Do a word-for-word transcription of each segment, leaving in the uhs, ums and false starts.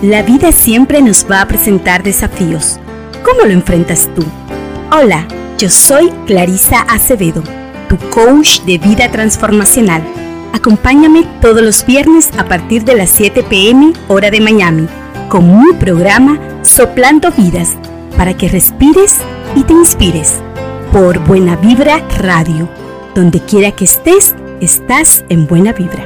La vida siempre nos va a presentar desafíos. ¿Cómo lo enfrentas tú? Hola, yo soy Clarisa Acevedo, tu coach de vida transformacional. Acompáñame todos los viernes a partir de las siete pe eme hora de Miami con mi programa Soplando Vidas para que respires y te inspires por Buena Vibra Radio. Donde quiera que estés, estás en Buena Vibra.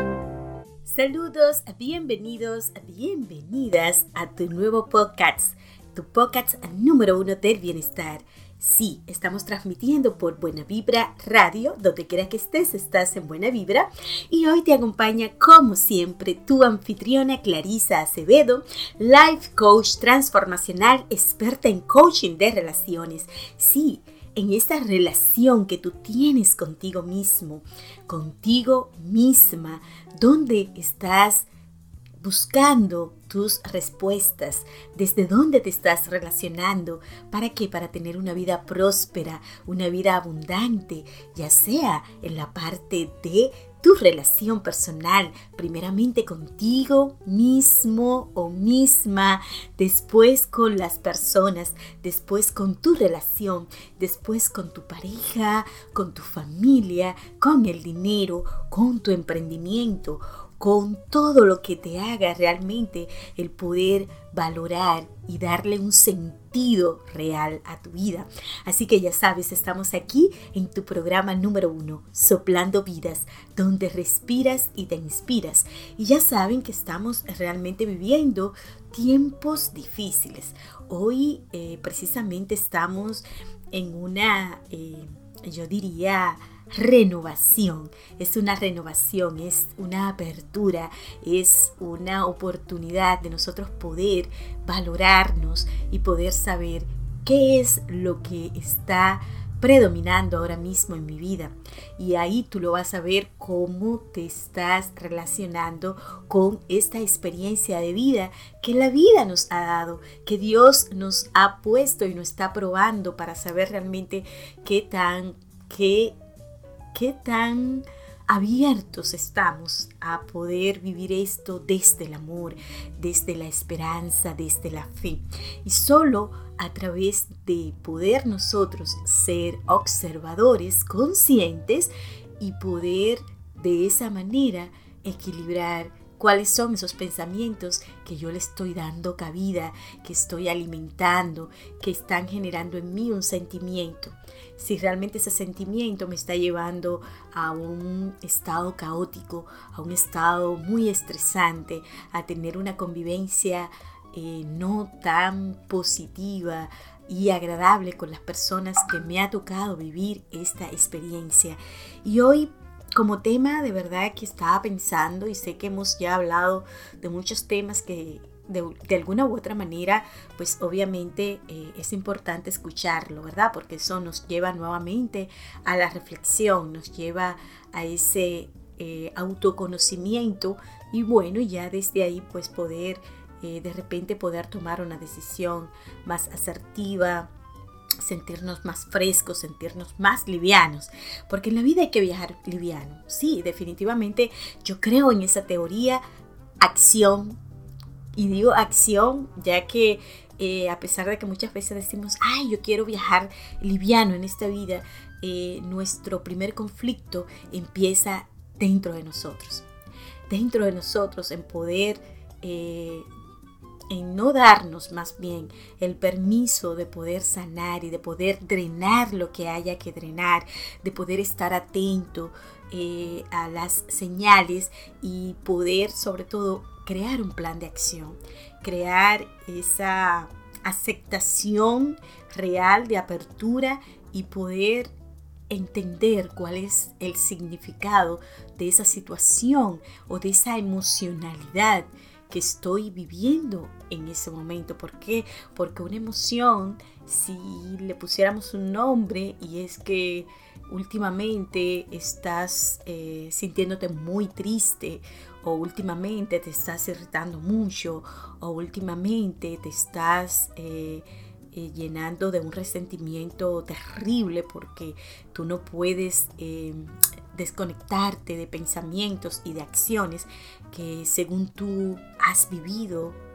Saludos, bienvenidos, bienvenidas a tu nuevo podcast, tu podcast número uno del bienestar. Sí, estamos transmitiendo por Buena Vibra Radio, donde quiera que estés, estás en Buena Vibra. Y hoy te acompaña, como siempre, tu anfitriona Clarisa Acevedo, Life Coach transformacional, experta en coaching de relaciones. Sí, en esta relación que tú tienes contigo mismo, contigo misma, donde estás buscando tus respuestas, desde dónde te estás relacionando, ¿para qué? Para tener una vida próspera, una vida abundante, ya sea en la parte de tu relación personal, primeramente contigo mismo o misma, después con las personas, después con tu relación, después con tu pareja, con tu familia, con el dinero, con tu emprendimiento, con todo lo que te haga realmente el poder valorar y darle un sentido real a tu vida. Así que ya sabes, estamos aquí en tu programa número uno, Soplando Vidas, donde respiras y te inspiras. Y ya saben que estamos realmente viviendo tiempos difíciles. Hoy eh, precisamente estamos en una, eh, yo diría, renovación. Es una renovación, es una apertura, es una oportunidad de nosotros poder valorarnos y poder saber qué es lo que está predominando ahora mismo en mi vida. Y ahí tú lo vas a ver cómo te estás relacionando con esta experiencia de vida que la vida nos ha dado, que Dios nos ha puesto y nos está probando para saber realmente qué tan, qué qué tan abiertos estamos a poder vivir esto desde el amor, desde la esperanza, desde la fe. Y solo a través de poder nosotros ser observadores, conscientes y poder de esa manera equilibrar cuáles son esos pensamientos que yo le estoy dando cabida, que estoy alimentando, que están generando en mí un sentimiento. Si realmente ese sentimiento me está llevando a un estado caótico, a un estado muy estresante, a tener una convivencia eh, no tan positiva y agradable con las personas que me ha tocado vivir esta experiencia. Y hoy, como tema, de verdad que estaba pensando, y sé que hemos ya hablado de muchos temas que de, de alguna u otra manera, pues obviamente eh, es importante escucharlo, ¿verdad? Porque eso nos lleva nuevamente a la reflexión, nos lleva a ese eh, autoconocimiento y bueno, ya desde ahí pues poder eh, de repente poder tomar una decisión más asertiva, sentirnos más frescos, sentirnos más livianos, porque en la vida hay que viajar liviano. Sí, definitivamente yo creo en esa teoría, acción, y digo acción ya que eh, a pesar de que muchas veces decimos, ay, yo quiero viajar liviano en esta vida, eh, nuestro primer conflicto empieza dentro de nosotros, dentro de nosotros en poder eh, en no darnos más bien el permiso de poder sanar y de poder drenar lo que haya que drenar, de poder estar atento eh, a las señales y poder sobre todo crear un plan de acción, crear esa aceptación real de apertura y poder entender cuál es el significado de esa situación o de esa emocionalidad que estoy viviendo en ese momento. ¿Por qué? Porque una emoción, si le pusiéramos un nombre, y es que últimamente estás eh, sintiéndote muy triste, o últimamente te estás irritando mucho, o últimamente te estás eh, eh, llenando de un resentimiento terrible porque tú no puedes eh, desconectarte de pensamientos y de acciones que según tú has vivido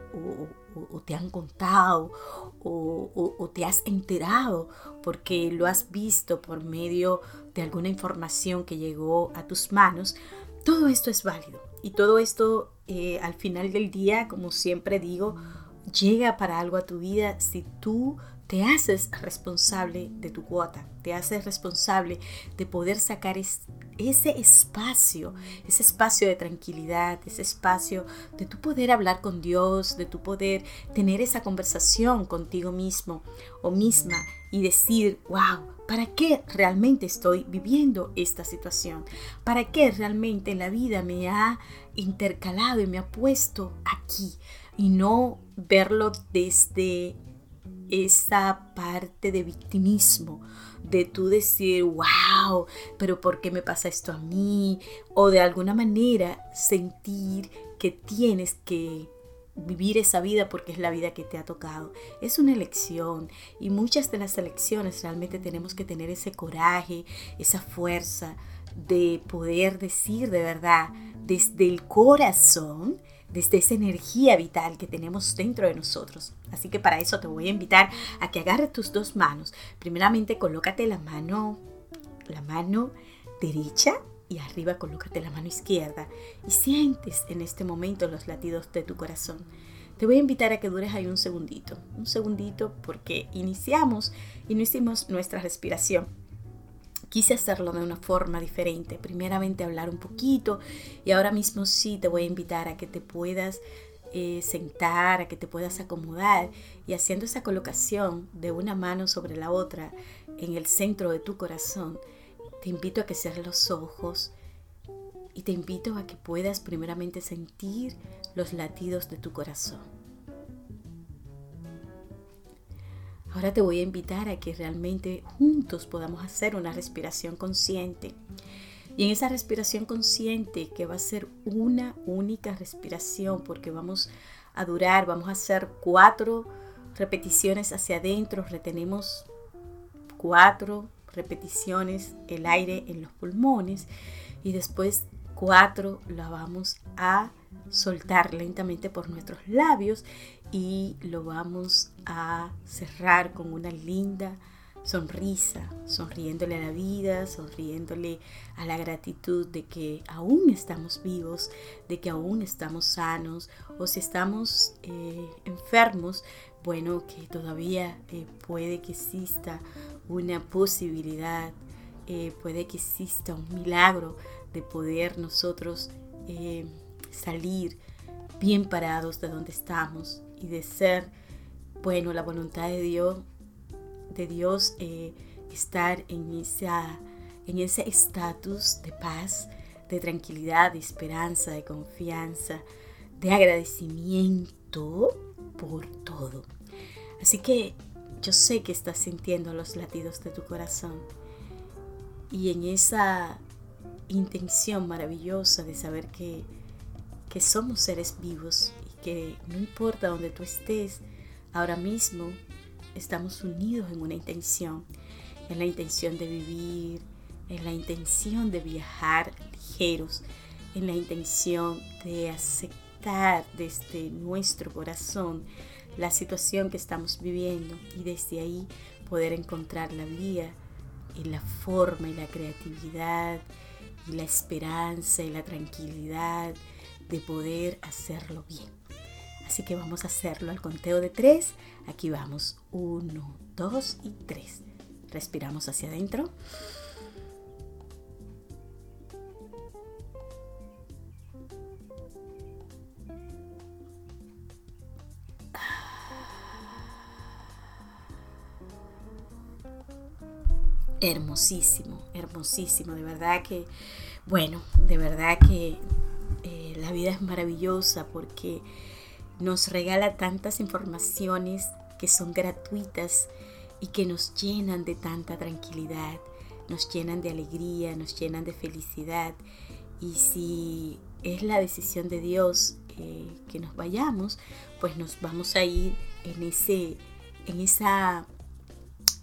o, o, o te han contado o, o, o te has enterado porque lo has visto por medio de alguna información que llegó a tus manos, todo esto es válido. Y todo esto eh, al final del día, como siempre digo, llega para algo a tu vida si tú te haces responsable de tu cuota, te haces responsable de poder sacar es, ese espacio, ese espacio de tranquilidad, ese espacio de tu poder hablar con Dios, de tu poder tener esa conversación contigo mismo o misma y decir, wow, ¿para qué realmente estoy viviendo esta situación? ¿Para qué realmente la vida me ha intercalado y me ha puesto aquí? Y no verlo desde esa parte de victimismo, de tú decir, wow, pero ¿por qué me pasa esto a mí? O de alguna manera sentir que tienes que vivir esa vida porque es la vida que te ha tocado. Es una elección y muchas de las elecciones realmente tenemos que tener ese coraje, esa fuerza de poder decir de verdad desde el corazón, desde esa energía vital que tenemos dentro de nosotros. Así que para eso te voy a invitar a que agarres tus dos manos. Primeramente, colócate la mano, la mano derecha y arriba colócate la mano izquierda y sientes en este momento los latidos de tu corazón. Te voy a invitar a que dures ahí un segundito, un segundito porque iniciamos y no hicimos nuestra respiración. Quise hacerlo de una forma diferente, primeramente hablar un poquito y ahora mismo sí te voy a invitar a que te puedas eh, sentar, a que te puedas acomodar y haciendo esa colocación de una mano sobre la otra en el centro de tu corazón, te invito a que cierres los ojos y te invito a que puedas primeramente sentir los latidos de tu corazón. Ahora te voy a invitar a que realmente juntos podamos hacer una respiración consciente. Y en esa respiración consciente, que va a ser una única respiración, porque vamos a durar, vamos a hacer cuatro repeticiones hacia adentro, retenemos cuatro repeticiones el aire en los pulmones y después cuatro la vamos a soltar lentamente por nuestros labios y lo vamos a cerrar con una linda sonrisa, sonriéndole a la vida, sonriéndole a la gratitud de que aún estamos vivos, de que aún estamos sanos, o si estamos eh, enfermos, bueno, que todavía eh, puede que exista una posibilidad, eh, puede que exista un milagro de poder nosotros eh, salir bien parados de donde estamos y de ser, bueno, la voluntad de Dios, de Dios eh, estar en, esa, en ese estatus de paz, de tranquilidad, de esperanza, de confianza, de agradecimiento por todo. Así que yo sé que estás sintiendo los latidos de tu corazón y en esa intención maravillosa de saber que, que somos seres vivos y que no importa donde tú estés, ahora mismo estamos unidos en una intención, en la intención de vivir, en la intención de viajar ligeros, en la intención de aceptar desde nuestro corazón la situación que estamos viviendo y desde ahí poder encontrar la vía y la forma y la creatividad y la esperanza y la tranquilidad de poder hacerlo bien. Así que vamos a hacerlo al conteo de tres. Aquí vamos. Uno, dos y tres. Respiramos hacia adentro. Hermosísimo, hermosísimo. De verdad que, bueno, de verdad que eh, la vida es maravillosa porque nos regala tantas informaciones que son gratuitas y que nos llenan de tanta tranquilidad, nos llenan de alegría, nos llenan de felicidad. Y si es la decisión de Dios eh, que nos vayamos, pues nos vamos a ir en, ese, en esa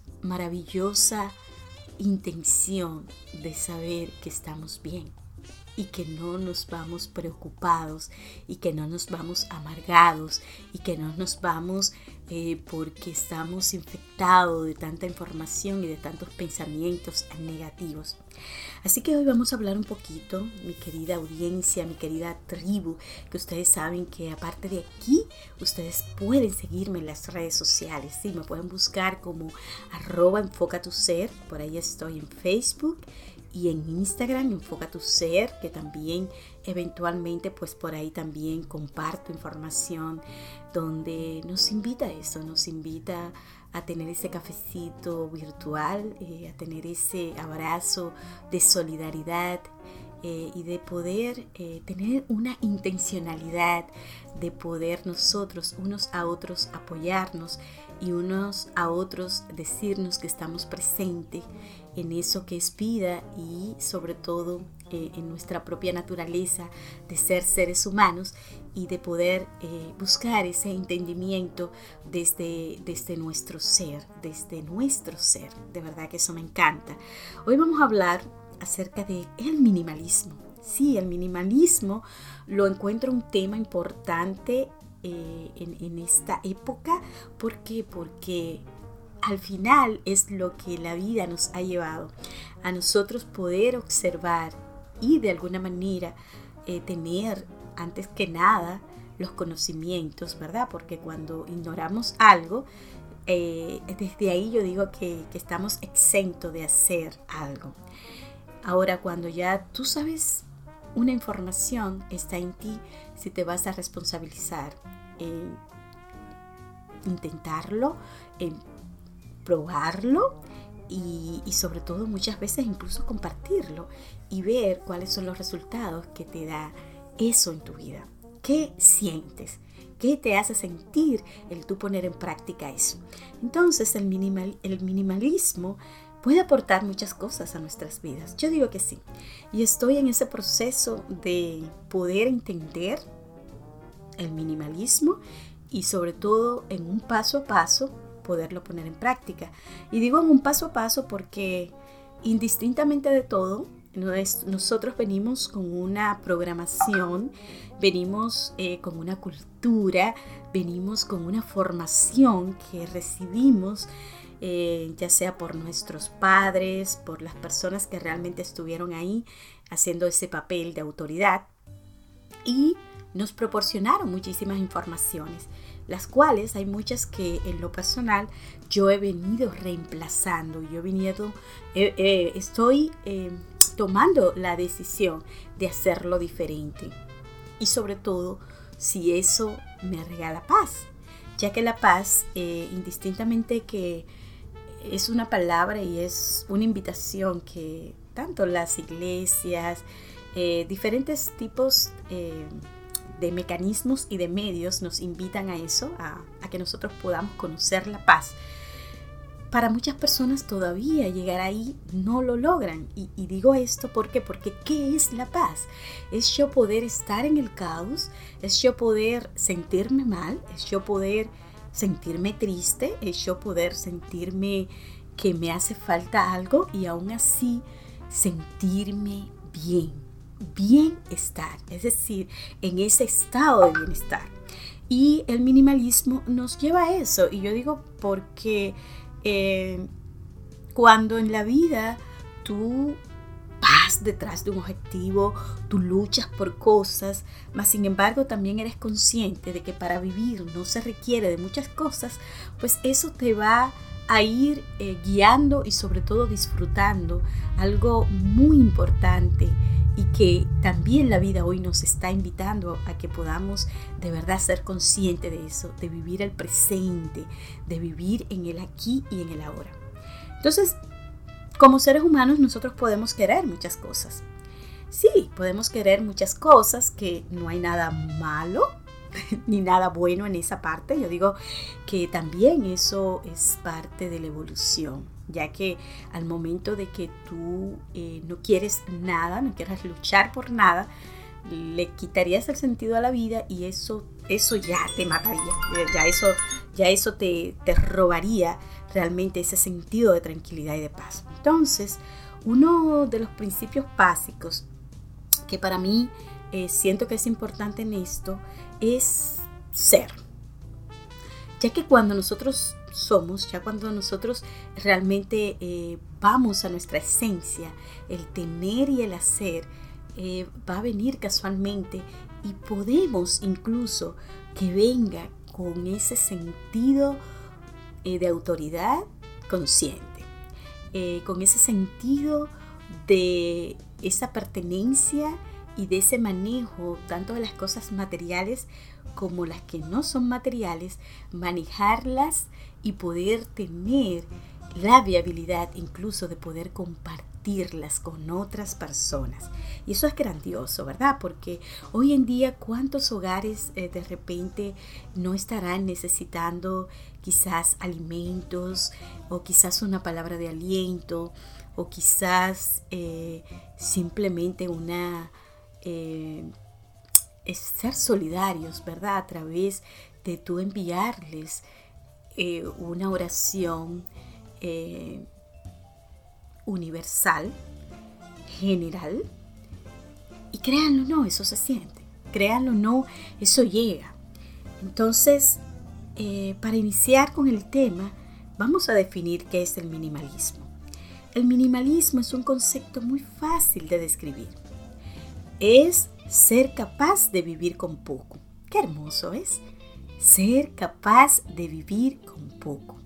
maravillosa intención de saber que estamos bien, y que no nos vamos preocupados y que no nos vamos amargados y que no nos vamos eh, porque estamos infectados de tanta información y de tantos pensamientos negativos. Así que hoy vamos a hablar un poquito, mi querida audiencia, mi querida tribu, que ustedes saben que aparte de aquí, ustedes pueden seguirme en las redes sociales. Sí, me pueden buscar como arroba enfoca tu ser, por ahí estoy en Facebook y en Instagram, enfoca tu ser, que también eventualmente pues por ahí también comparto información donde nos invita a eso, nos invita a tener ese cafecito virtual, eh, a tener ese abrazo de solidaridad eh, y de poder eh, tener una intencionalidad de poder nosotros unos a otros apoyarnos y unos a otros decirnos que estamos presentes en eso que es vida y sobre todo eh, en nuestra propia naturaleza de ser seres humanos y de poder eh, buscar ese entendimiento desde, desde nuestro ser, desde nuestro ser. De verdad que eso me encanta. Hoy vamos a hablar acerca de el minimalismo. Sí, el minimalismo lo encuentro un tema importante eh, en, en esta época. ¿Por qué? Porque al final es lo que la vida nos ha llevado a nosotros poder observar y de alguna manera eh, tener antes que nada los conocimientos, ¿verdad? Porque cuando ignoramos algo, eh, desde ahí yo digo que, que estamos exentos de hacer algo. Ahora, cuando ya tú sabes una información, está en ti si te vas a responsabilizar en intentarlo, en probarlo y, y sobre todo muchas veces incluso compartirlo y ver cuáles son los resultados que te da eso en tu vida. ¿Qué sientes? ¿Qué te hace sentir el tú poner en práctica eso? Entonces el, minimal, el minimalismo puede aportar muchas cosas a nuestras vidas. Yo digo que sí. Y estoy en ese proceso de poder entender el minimalismo y sobre todo en un paso a paso poderlo poner en práctica. Y digo en un paso a paso porque indistintamente de todo, nosotros venimos con una programación, venimos eh, con una cultura, venimos con una formación que recibimos eh, ya sea por nuestros padres, por las personas que realmente estuvieron ahí haciendo ese papel de autoridad y nos proporcionaron muchísimas informaciones, las cuales hay muchas que en lo personal yo he venido reemplazando, yo he venido, eh, eh, estoy eh, tomando la decisión de hacerlo diferente y sobre todo si eso me regala paz, ya que la paz eh, indistintamente que es una palabra y es una invitación que tanto las iglesias, eh, diferentes tipos eh, de mecanismos y de medios nos invitan a eso, a, a que nosotros podamos conocer la paz. Para muchas personas todavía llegar ahí no lo logran. Y, y digo esto porque, porque ¿qué es la paz? Es yo poder estar en el caos, es yo poder sentirme mal, es yo poder sentirme triste, es yo poder sentirme que me hace falta algo y aún así sentirme bien, bienestar, es decir, en ese estado de bienestar. Y el minimalismo nos lleva a eso. Y yo digo porque eh, cuando en la vida tú vas detrás de un objetivo, tú luchas por cosas, mas sin embargo también eres consciente de que para vivir no se requiere de muchas cosas, pues eso te va a ir eh, guiando y sobre todo disfrutando algo muy importante y que también la vida hoy nos está invitando a que podamos de verdad ser conscientes de eso, de vivir el presente, de vivir en el aquí y en el ahora. Entonces, como seres humanos nosotros podemos querer muchas cosas. Sí, podemos querer muchas cosas, que no hay nada malo ni nada bueno en esa parte. Yo digo que también eso es parte de la evolución, ya que al momento de que tú eh, no quieres nada, no quieres luchar por nada, le quitarías el sentido a la vida y eso, eso ya te mataría, ya eso, ya eso te, te robaría realmente ese sentido de tranquilidad y de paz. Entonces, uno de los principios básicos que para mí eh, siento que es importante en esto es ser. Ya que cuando nosotros somos, ya cuando nosotros realmente eh, vamos a nuestra esencia, el tener y el hacer eh, va a venir casualmente y podemos incluso que venga con ese sentido eh, de autoridad consciente, eh, con ese sentido de esa pertenencia y de ese manejo tanto de las cosas materiales como las que no son materiales, manejarlas y poder tener la viabilidad incluso de poder compartirlas con otras personas. Y eso es grandioso, ¿verdad? Porque hoy en día cuántos hogares eh, de repente no estarán necesitando quizás alimentos o quizás una palabra de aliento o quizás eh, simplemente una... Eh, es ser solidarios, ¿verdad? A través de tú enviarles eh, una oración eh, universal, general. Y créanlo o no, eso se siente. Créanlo o no, eso llega. Entonces, eh, para iniciar con el tema, vamos a definir qué es el minimalismo. El minimalismo es un concepto muy fácil de describir. Es ser capaz de vivir con poco. Qué hermoso es. Ser capaz de vivir con poco.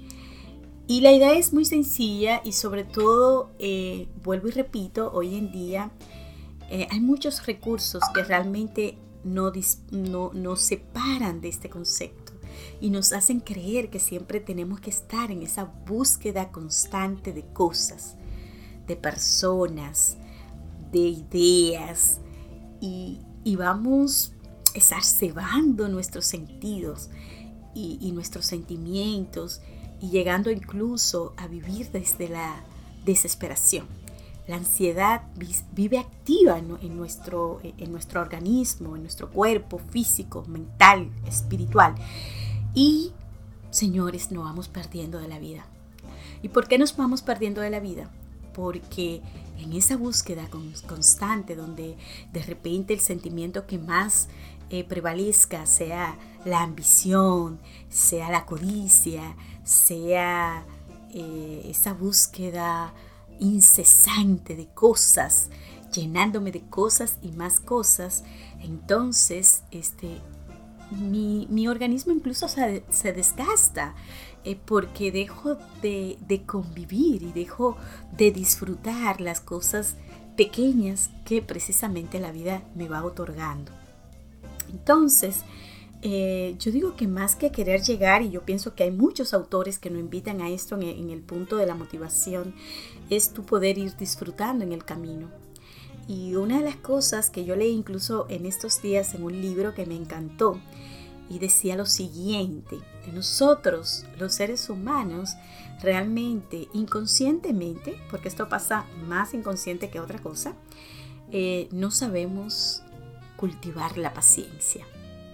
Y la idea es muy sencilla y sobre todo, eh, vuelvo y repito, hoy en día eh, hay muchos recursos que realmente no, dis- no, nos separan de este concepto y nos hacen creer que siempre tenemos que estar en esa búsqueda constante de cosas, de personas, de ideas. Y, y vamos exacerbando nuestros sentidos y, y nuestros sentimientos y llegando incluso a vivir desde la desesperación. La ansiedad vive activa en, en, nuestro, en nuestro organismo, en nuestro cuerpo físico, mental, espiritual. Y, señores, nos vamos perdiendo de la vida. ¿Y por qué nos vamos perdiendo de la vida? Porque en esa búsqueda constante donde de repente el sentimiento que más eh, prevalezca sea la ambición, sea la codicia, sea eh, esa búsqueda incesante de cosas, llenándome de cosas y más cosas, entonces este, mi, mi organismo incluso se, se desgasta. Eh, porque dejo de, de convivir y dejo de disfrutar las cosas pequeñas que precisamente la vida me va otorgando. Entonces, eh, yo digo que más que querer llegar, y yo pienso que hay muchos autores que nos invitan a esto en el, en el punto de la motivación, es tu poder ir disfrutando en el camino. Y una de las cosas que yo leí incluso en estos días en un libro que me encantó, y decía lo siguiente: que nosotros, los seres humanos, realmente, inconscientemente, porque esto pasa más inconsciente que otra cosa, eh, no sabemos cultivar la paciencia.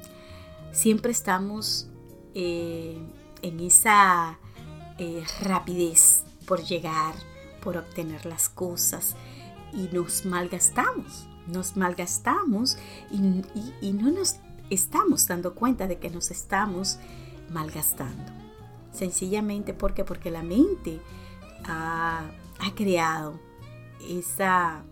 Siempre estamos eh, en esa eh, rapidez por llegar, por obtener las cosas, y nos malgastamos, nos malgastamos y, y, y no nos estamos dando cuenta de que nos estamos malgastando. Sencillamente porque porque la mente ha, ha creado esa,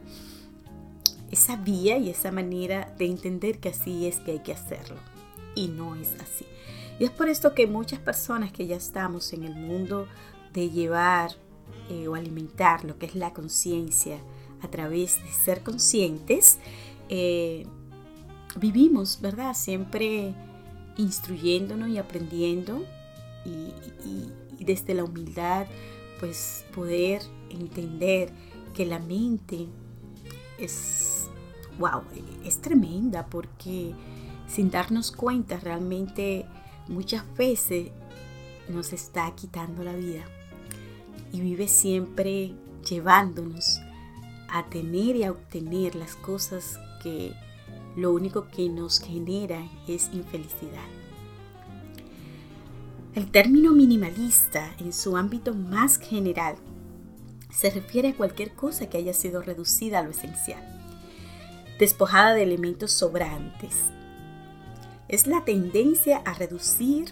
esa vía y esa manera de entender que así es que hay que hacerlo. Y no es así. Y es por esto que muchas personas que ya estamos en el mundo de llevar eh, o alimentar lo que es la conciencia a través de ser conscientes, eh, vivimos, ¿verdad? Siempre instruyéndonos y aprendiendo y, y, y desde la humildad, pues poder entender que la mente es, wow, es tremenda, porque sin darnos cuenta realmente muchas veces nos está quitando la vida y vive siempre llevándonos a tener y a obtener las cosas que lo único que nos genera es infelicidad. El término minimalista, en su ámbito más general, se refiere a cualquier cosa que haya sido reducida a lo esencial. despojada de elementos sobrantes. Es la tendencia a reducir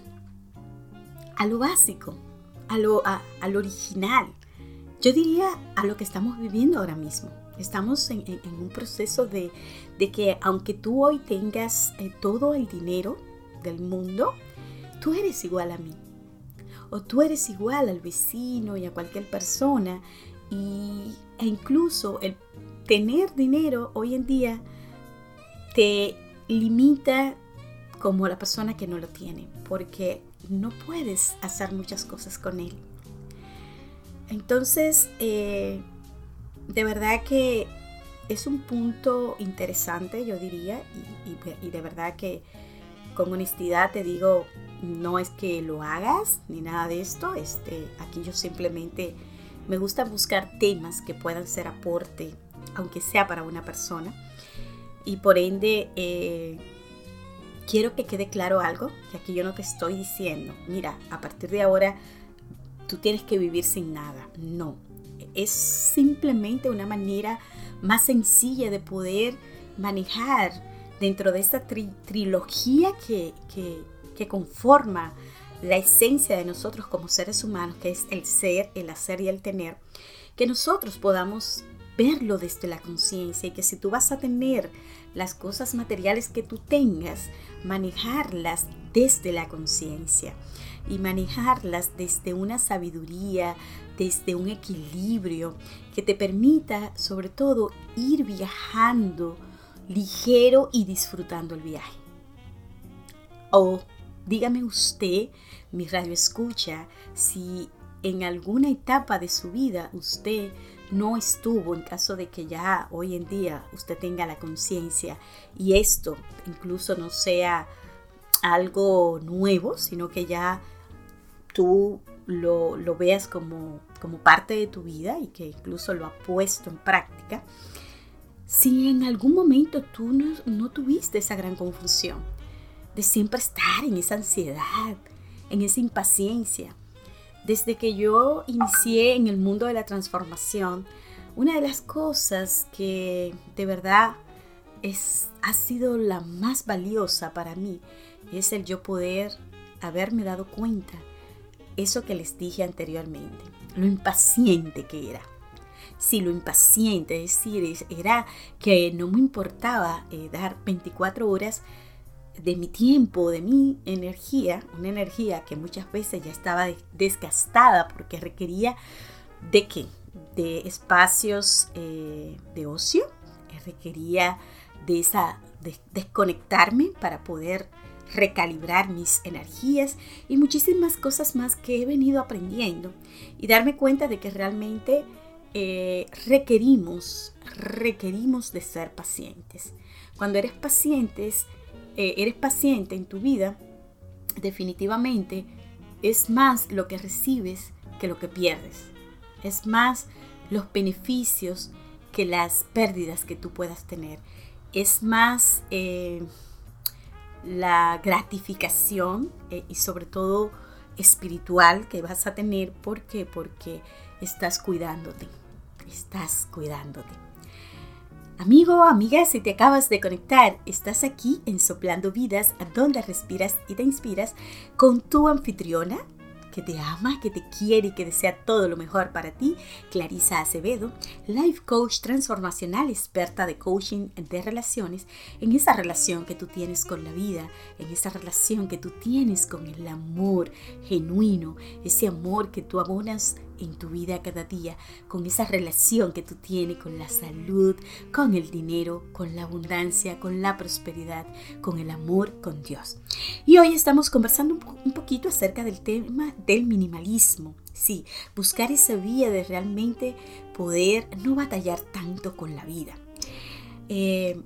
a lo básico, a lo, a, a lo original. Yo diría a lo que estamos viviendo ahora mismo. Estamos en, en, en un proceso de, de que aunque tú hoy tengas eh, todo el dinero del mundo, tú eres igual a mí. O tú eres igual al vecino y a cualquier persona. Y, e incluso el tener dinero hoy en día te limita como la persona que no lo tiene, porque no puedes hacer muchas cosas con él. Entonces, eh, de verdad que es un punto interesante, yo diría, y, y, y de verdad que con honestidad te digo, no es que lo hagas ni nada de esto. Este, aquí yo simplemente me gusta buscar temas que puedan ser aporte, aunque sea para una persona. Y por ende, eh, quiero que quede claro algo, que aquí yo no te estoy diciendo, mira, a partir de ahora tú tienes que vivir sin nada. No, es simplemente una manera más sencilla de poder manejar dentro de esta tri- trilogía que, que, que conforma la esencia de nosotros como seres humanos, que es el ser, el hacer y el tener, que nosotros podamos verlo desde la conciencia, y que si tú vas a tener las cosas materiales que tú tengas, manejarlas desde la conciencia y manejarlas desde una sabiduría, desde un equilibrio que te permita sobre todo ir viajando ligero y disfrutando el viaje. O dígame usted, mi radio escucha, si en alguna etapa de su vida usted no estuvo, en caso de que ya hoy en día usted tenga la conciencia y esto incluso no sea algo nuevo, sino que ya tú lo, lo veas como, como parte de tu vida y que incluso lo ha puesto en práctica. Si en algún momento tú no, no tuviste esa gran confusión de siempre estar en esa ansiedad, en esa impaciencia. Desde que yo inicié en el mundo de la transformación, una de las cosas que de verdad es, ha sido la más valiosa para mí es el yo poder haberme dado cuenta, eso que les dije anteriormente, lo impaciente que era. Sí, lo impaciente, es decir, era que no me importaba eh, dar veinticuatro horas de mi tiempo, de mi energía, una energía que muchas veces ya estaba desgastada porque requería de qué, de espacios eh, de ocio, requería de esa de desconectarme para poder recalibrar mis energías y muchísimas cosas más que he venido aprendiendo y darme cuenta de que realmente eh, requerimos, requerimos de ser pacientes. Cuando eres pacientes, eh, eres paciente en tu vida, definitivamente es más lo que recibes que lo que pierdes. Es más los beneficios que las pérdidas que tú puedas tener. Es más eh, la gratificación eh, y sobre todo espiritual que vas a tener. ¿Por qué? Porque estás cuidándote. Estás cuidándote. Amigo, amiga, si te acabas de conectar, estás aquí en Soplando Vidas, donde respiras y te inspiras con tu anfitriona, que te ama, que te quiere y que desea todo lo mejor para ti, Clarisa Acevedo, life coach transformacional, experta de coaching de relaciones, en esa relación que tú tienes con la vida, en esa relación que tú tienes con el amor genuino, ese amor que tú abonas en tu vida cada día, con esa relación que tú tienes con la salud, con el dinero, con la abundancia, con la prosperidad, con el amor, con Dios. Y hoy estamos conversando un, po- un poquito acerca del tema del minimalismo. Sí, buscar esa vía de realmente poder no batallar tanto con la vida. Eh,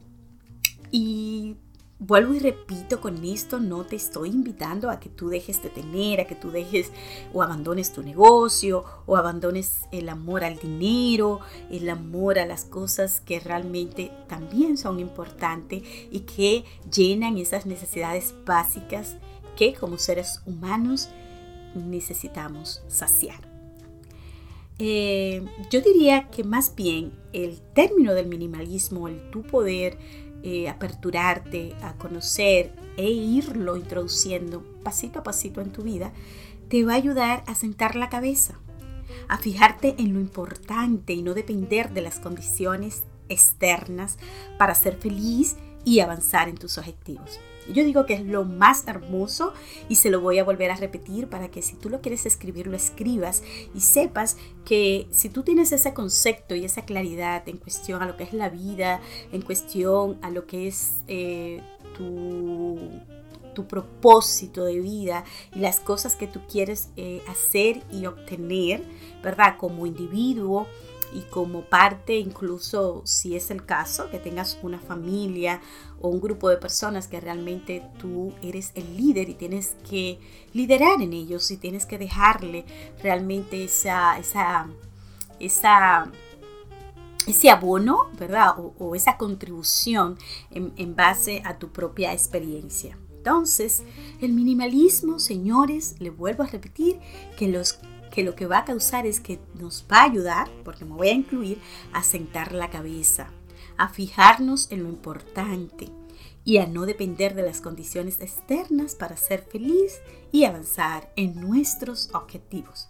y vuelvo y repito con esto, no te estoy invitando a que tú dejes de tener, a que tú dejes o abandones tu negocio o abandones el amor al dinero, el amor a las cosas que realmente también son importantes y que llenan esas necesidades básicas que como seres humanos necesitamos saciar. eh, yo diría que más bien el término del minimalismo, el tu poder eh, aperturarte a conocer e irlo introduciendo pasito a pasito en tu vida, te va a ayudar a sentar la cabeza, a fijarte en lo importante y no depender de las condiciones externas para ser feliz y avanzar en tus objetivos. Yo digo que es lo más hermoso y se lo voy a volver a repetir para que si tú lo quieres escribir, lo escribas y sepas que si tú tienes ese concepto y esa claridad en cuestión a lo que es la vida, en cuestión a lo que es eh, tu, tu propósito de vida y las cosas que tú quieres eh, hacer y obtener, ¿verdad? Como individuo y como parte, incluso si es el caso, que tengas una familia o un grupo de personas que realmente tú eres el líder y tienes que liderar en ellos y tienes que dejarle realmente esa, esa, esa, ese abono, ¿verdad? O, o esa contribución en, en base a tu propia experiencia. Entonces, el minimalismo, señores, le vuelvo a repetir que los que lo que va a causar es que nos va a ayudar, porque me voy a incluir, a sentar la cabeza, a fijarnos en lo importante y a no depender de las condiciones externas para ser feliz y avanzar en nuestros objetivos.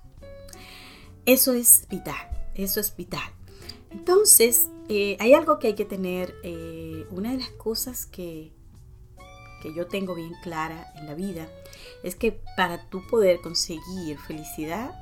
Eso es vital, eso es vital. Entonces, eh, hay algo que hay que tener, eh, una de las cosas que, que yo tengo bien clara en la vida, es que para tú poder conseguir felicidad,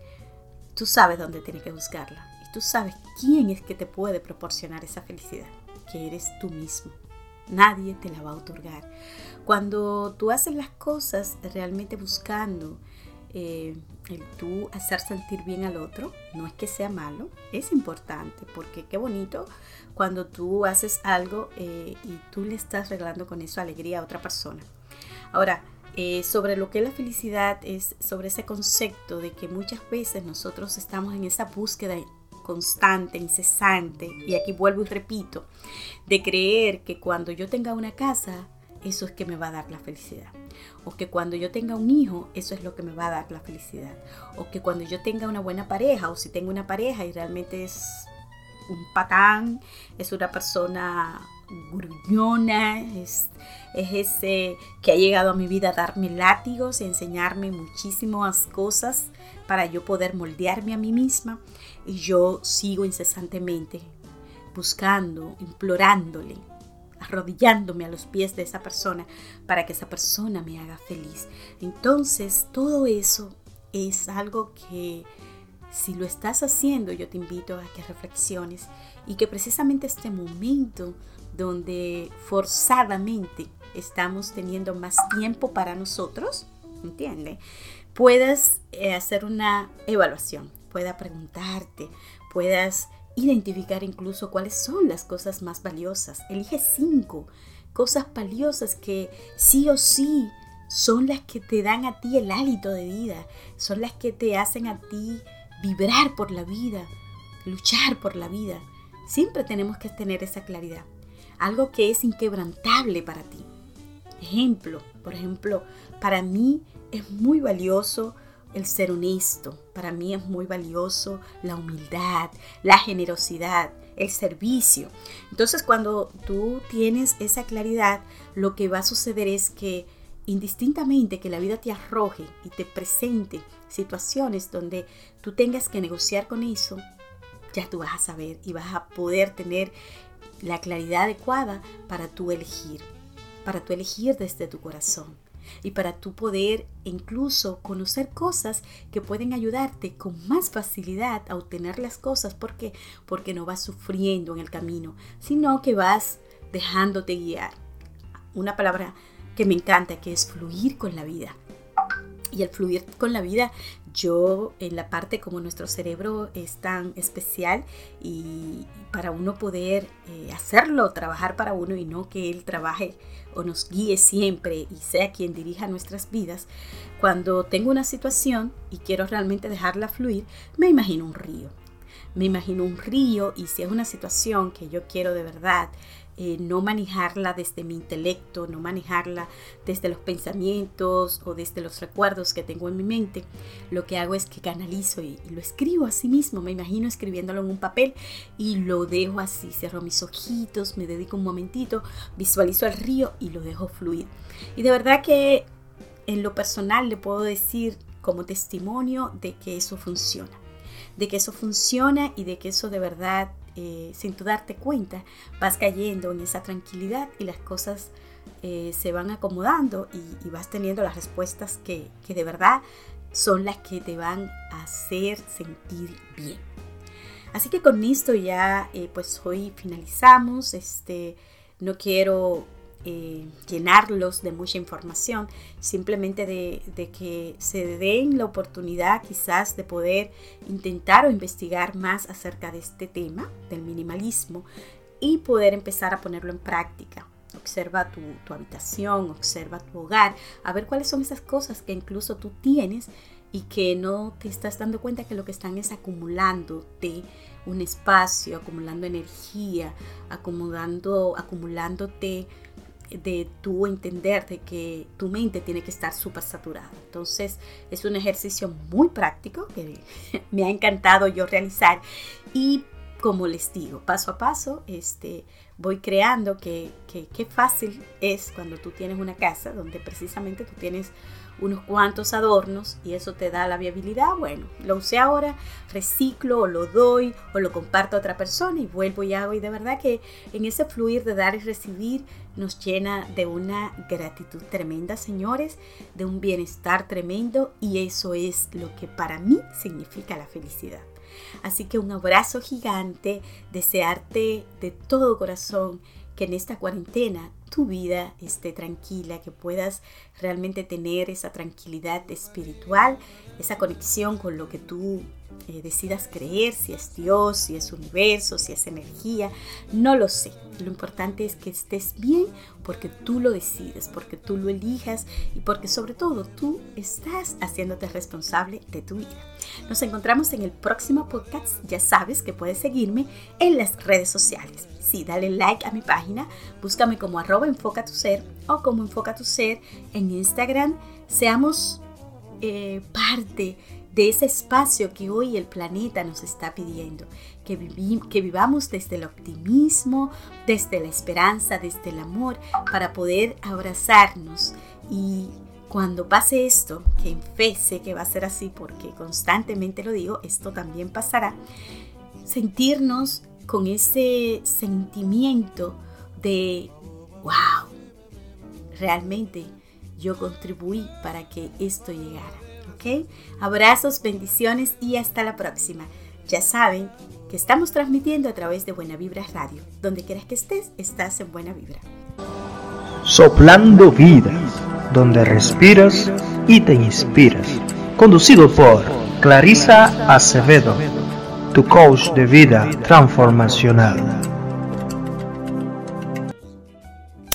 tú sabes dónde tienes que buscarla y tú sabes quién es que te puede proporcionar esa felicidad, que eres tú mismo. Nadie te la va a otorgar. Cuando tú haces las cosas realmente buscando eh, el tú hacer sentir bien al otro, no es que sea malo, es importante, porque qué bonito cuando tú haces algo eh, y tú le estás regalando con eso alegría a otra persona. Ahora, Eh, sobre lo que es la felicidad, es sobre ese concepto de que muchas veces nosotros estamos en esa búsqueda constante, incesante, y aquí vuelvo y repito, de creer que cuando yo tenga una casa, eso es que me va a dar la felicidad, o que cuando yo tenga un hijo, eso es lo que me va a dar la felicidad, o que cuando yo tenga una buena pareja, o si tengo una pareja y realmente es un patán, es una persona gruñona, es, es ese que ha llegado a mi vida a darme látigos y a enseñarme muchísimas cosas para yo poder moldearme a mí misma, y yo sigo incesantemente buscando, implorándole, arrodillándome a los pies de esa persona para que esa persona me haga feliz. Entonces todo eso es algo que, si lo estás haciendo, yo te invito a que reflexiones y que precisamente este momento donde forzadamente estamos teniendo más tiempo para nosotros, ¿entiendes? Puedas eh, hacer una evaluación, puedas preguntarte, puedas identificar incluso cuáles son las cosas más valiosas. Elige cinco cosas valiosas que sí o sí son las que te dan a ti el hálito de vida, son las que te hacen a ti vibrar por la vida, luchar por la vida. Siempre tenemos que tener esa claridad. Algo que es inquebrantable para ti. Ejemplo, por ejemplo, para mí es muy valioso el ser honesto. Para mí es muy valioso la humildad, la generosidad, el servicio. Entonces, cuando tú tienes esa claridad, lo que va a suceder es que indistintamente que la vida te arroje y te presente situaciones donde tú tengas que negociar con eso, ya tú vas a saber y vas a poder tener la claridad adecuada para tú elegir, para tú elegir desde tu corazón y para tú poder incluso conocer cosas que pueden ayudarte con más facilidad a obtener las cosas. ¿Por qué? Porque no vas sufriendo en el camino, sino que vas dejándote guiar. Una palabra que me encanta, que es fluir con la vida. Y el fluir con la vida, yo en la parte como nuestro cerebro es tan especial y para uno poder eh, hacerlo, trabajar para uno y no que él trabaje o nos guíe siempre y sea quien dirija nuestras vidas. Cuando tengo una situación y quiero realmente dejarla fluir, me imagino un río. me imagino un río, y si es una situación que yo quiero de verdad eh, no manejarla desde mi intelecto, no manejarla desde los pensamientos o desde los recuerdos que tengo en mi mente, lo que hago es que canalizo y, y lo escribo así mismo. Me imagino escribiéndolo en un papel y lo dejo así, cierro mis ojitos, me dedico un momentito, visualizo el río y lo dejo fluir. Y de verdad que en lo personal le puedo decir como testimonio de que eso funciona, de que eso funciona y de que eso de verdad, eh, sin tú darte cuenta, vas cayendo en esa tranquilidad y las cosas eh, se van acomodando y, y vas teniendo las respuestas que, que de verdad son las que te van a hacer sentir bien. Así que con esto ya eh, pues hoy finalizamos. Este, no quiero Eh, llenarlos de mucha información, simplemente de, de que se den la oportunidad quizás de poder intentar o investigar más acerca de este tema del minimalismo y poder empezar a ponerlo en práctica. Observa tu, tu habitación, observa tu hogar, a ver cuáles son esas cosas que incluso tú tienes y que no te estás dando cuenta que lo que están es acumulándote un espacio, acumulando energía, acumulando, acumulándote de tú entender de que tu mente tiene que estar súper saturada. Entonces es un ejercicio muy práctico que me ha encantado yo realizar y como les digo, paso a paso este, voy creando que, que, que fácil es cuando tú tienes una casa donde precisamente tú tienes unos cuantos adornos y eso te da la viabilidad. Bueno, lo usé ahora, reciclo o lo doy o lo comparto a otra persona y vuelvo y hago. Y de verdad que en ese fluir de dar y recibir nos llena de una gratitud tremenda, señores, de un bienestar tremendo, y eso es lo que para mí significa la felicidad. Así que un abrazo gigante, desearte de todo corazón que en esta cuarentena tu vida esté tranquila, que puedas realmente tener esa tranquilidad espiritual, esa conexión con lo que tú eh, decidas creer, si es Dios, si es universo, si es energía, no lo sé. Lo importante es que estés bien porque tú lo decides, porque tú lo elijas y porque sobre todo tú estás haciéndote responsable de tu vida. Nos encontramos en el próximo podcast. Ya sabes que puedes seguirme en las redes sociales. Sí, dale like a mi página, búscame como arroba enfoca tu ser o como enfoca tu ser en Instagram. Seamos eh, parte de ese espacio que hoy el planeta nos está pidiendo, que, vivi- que vivamos desde el optimismo, desde la esperanza, desde el amor, para poder abrazarnos. Y cuando pase esto, que en fe sé que va a ser así porque constantemente lo digo, esto también pasará, sentirnos con ese sentimiento de wow, realmente yo contribuí para que esto llegara. ¿Ok? Abrazos, bendiciones y hasta la próxima. Ya saben que estamos transmitiendo a través de Buena Vibra Radio. Donde quieras que estés, estás en Buena Vibra. Soplando Vidas, donde respiras y te inspiras. Conducido por Clarisa Acevedo, tu coach de vida transformacional.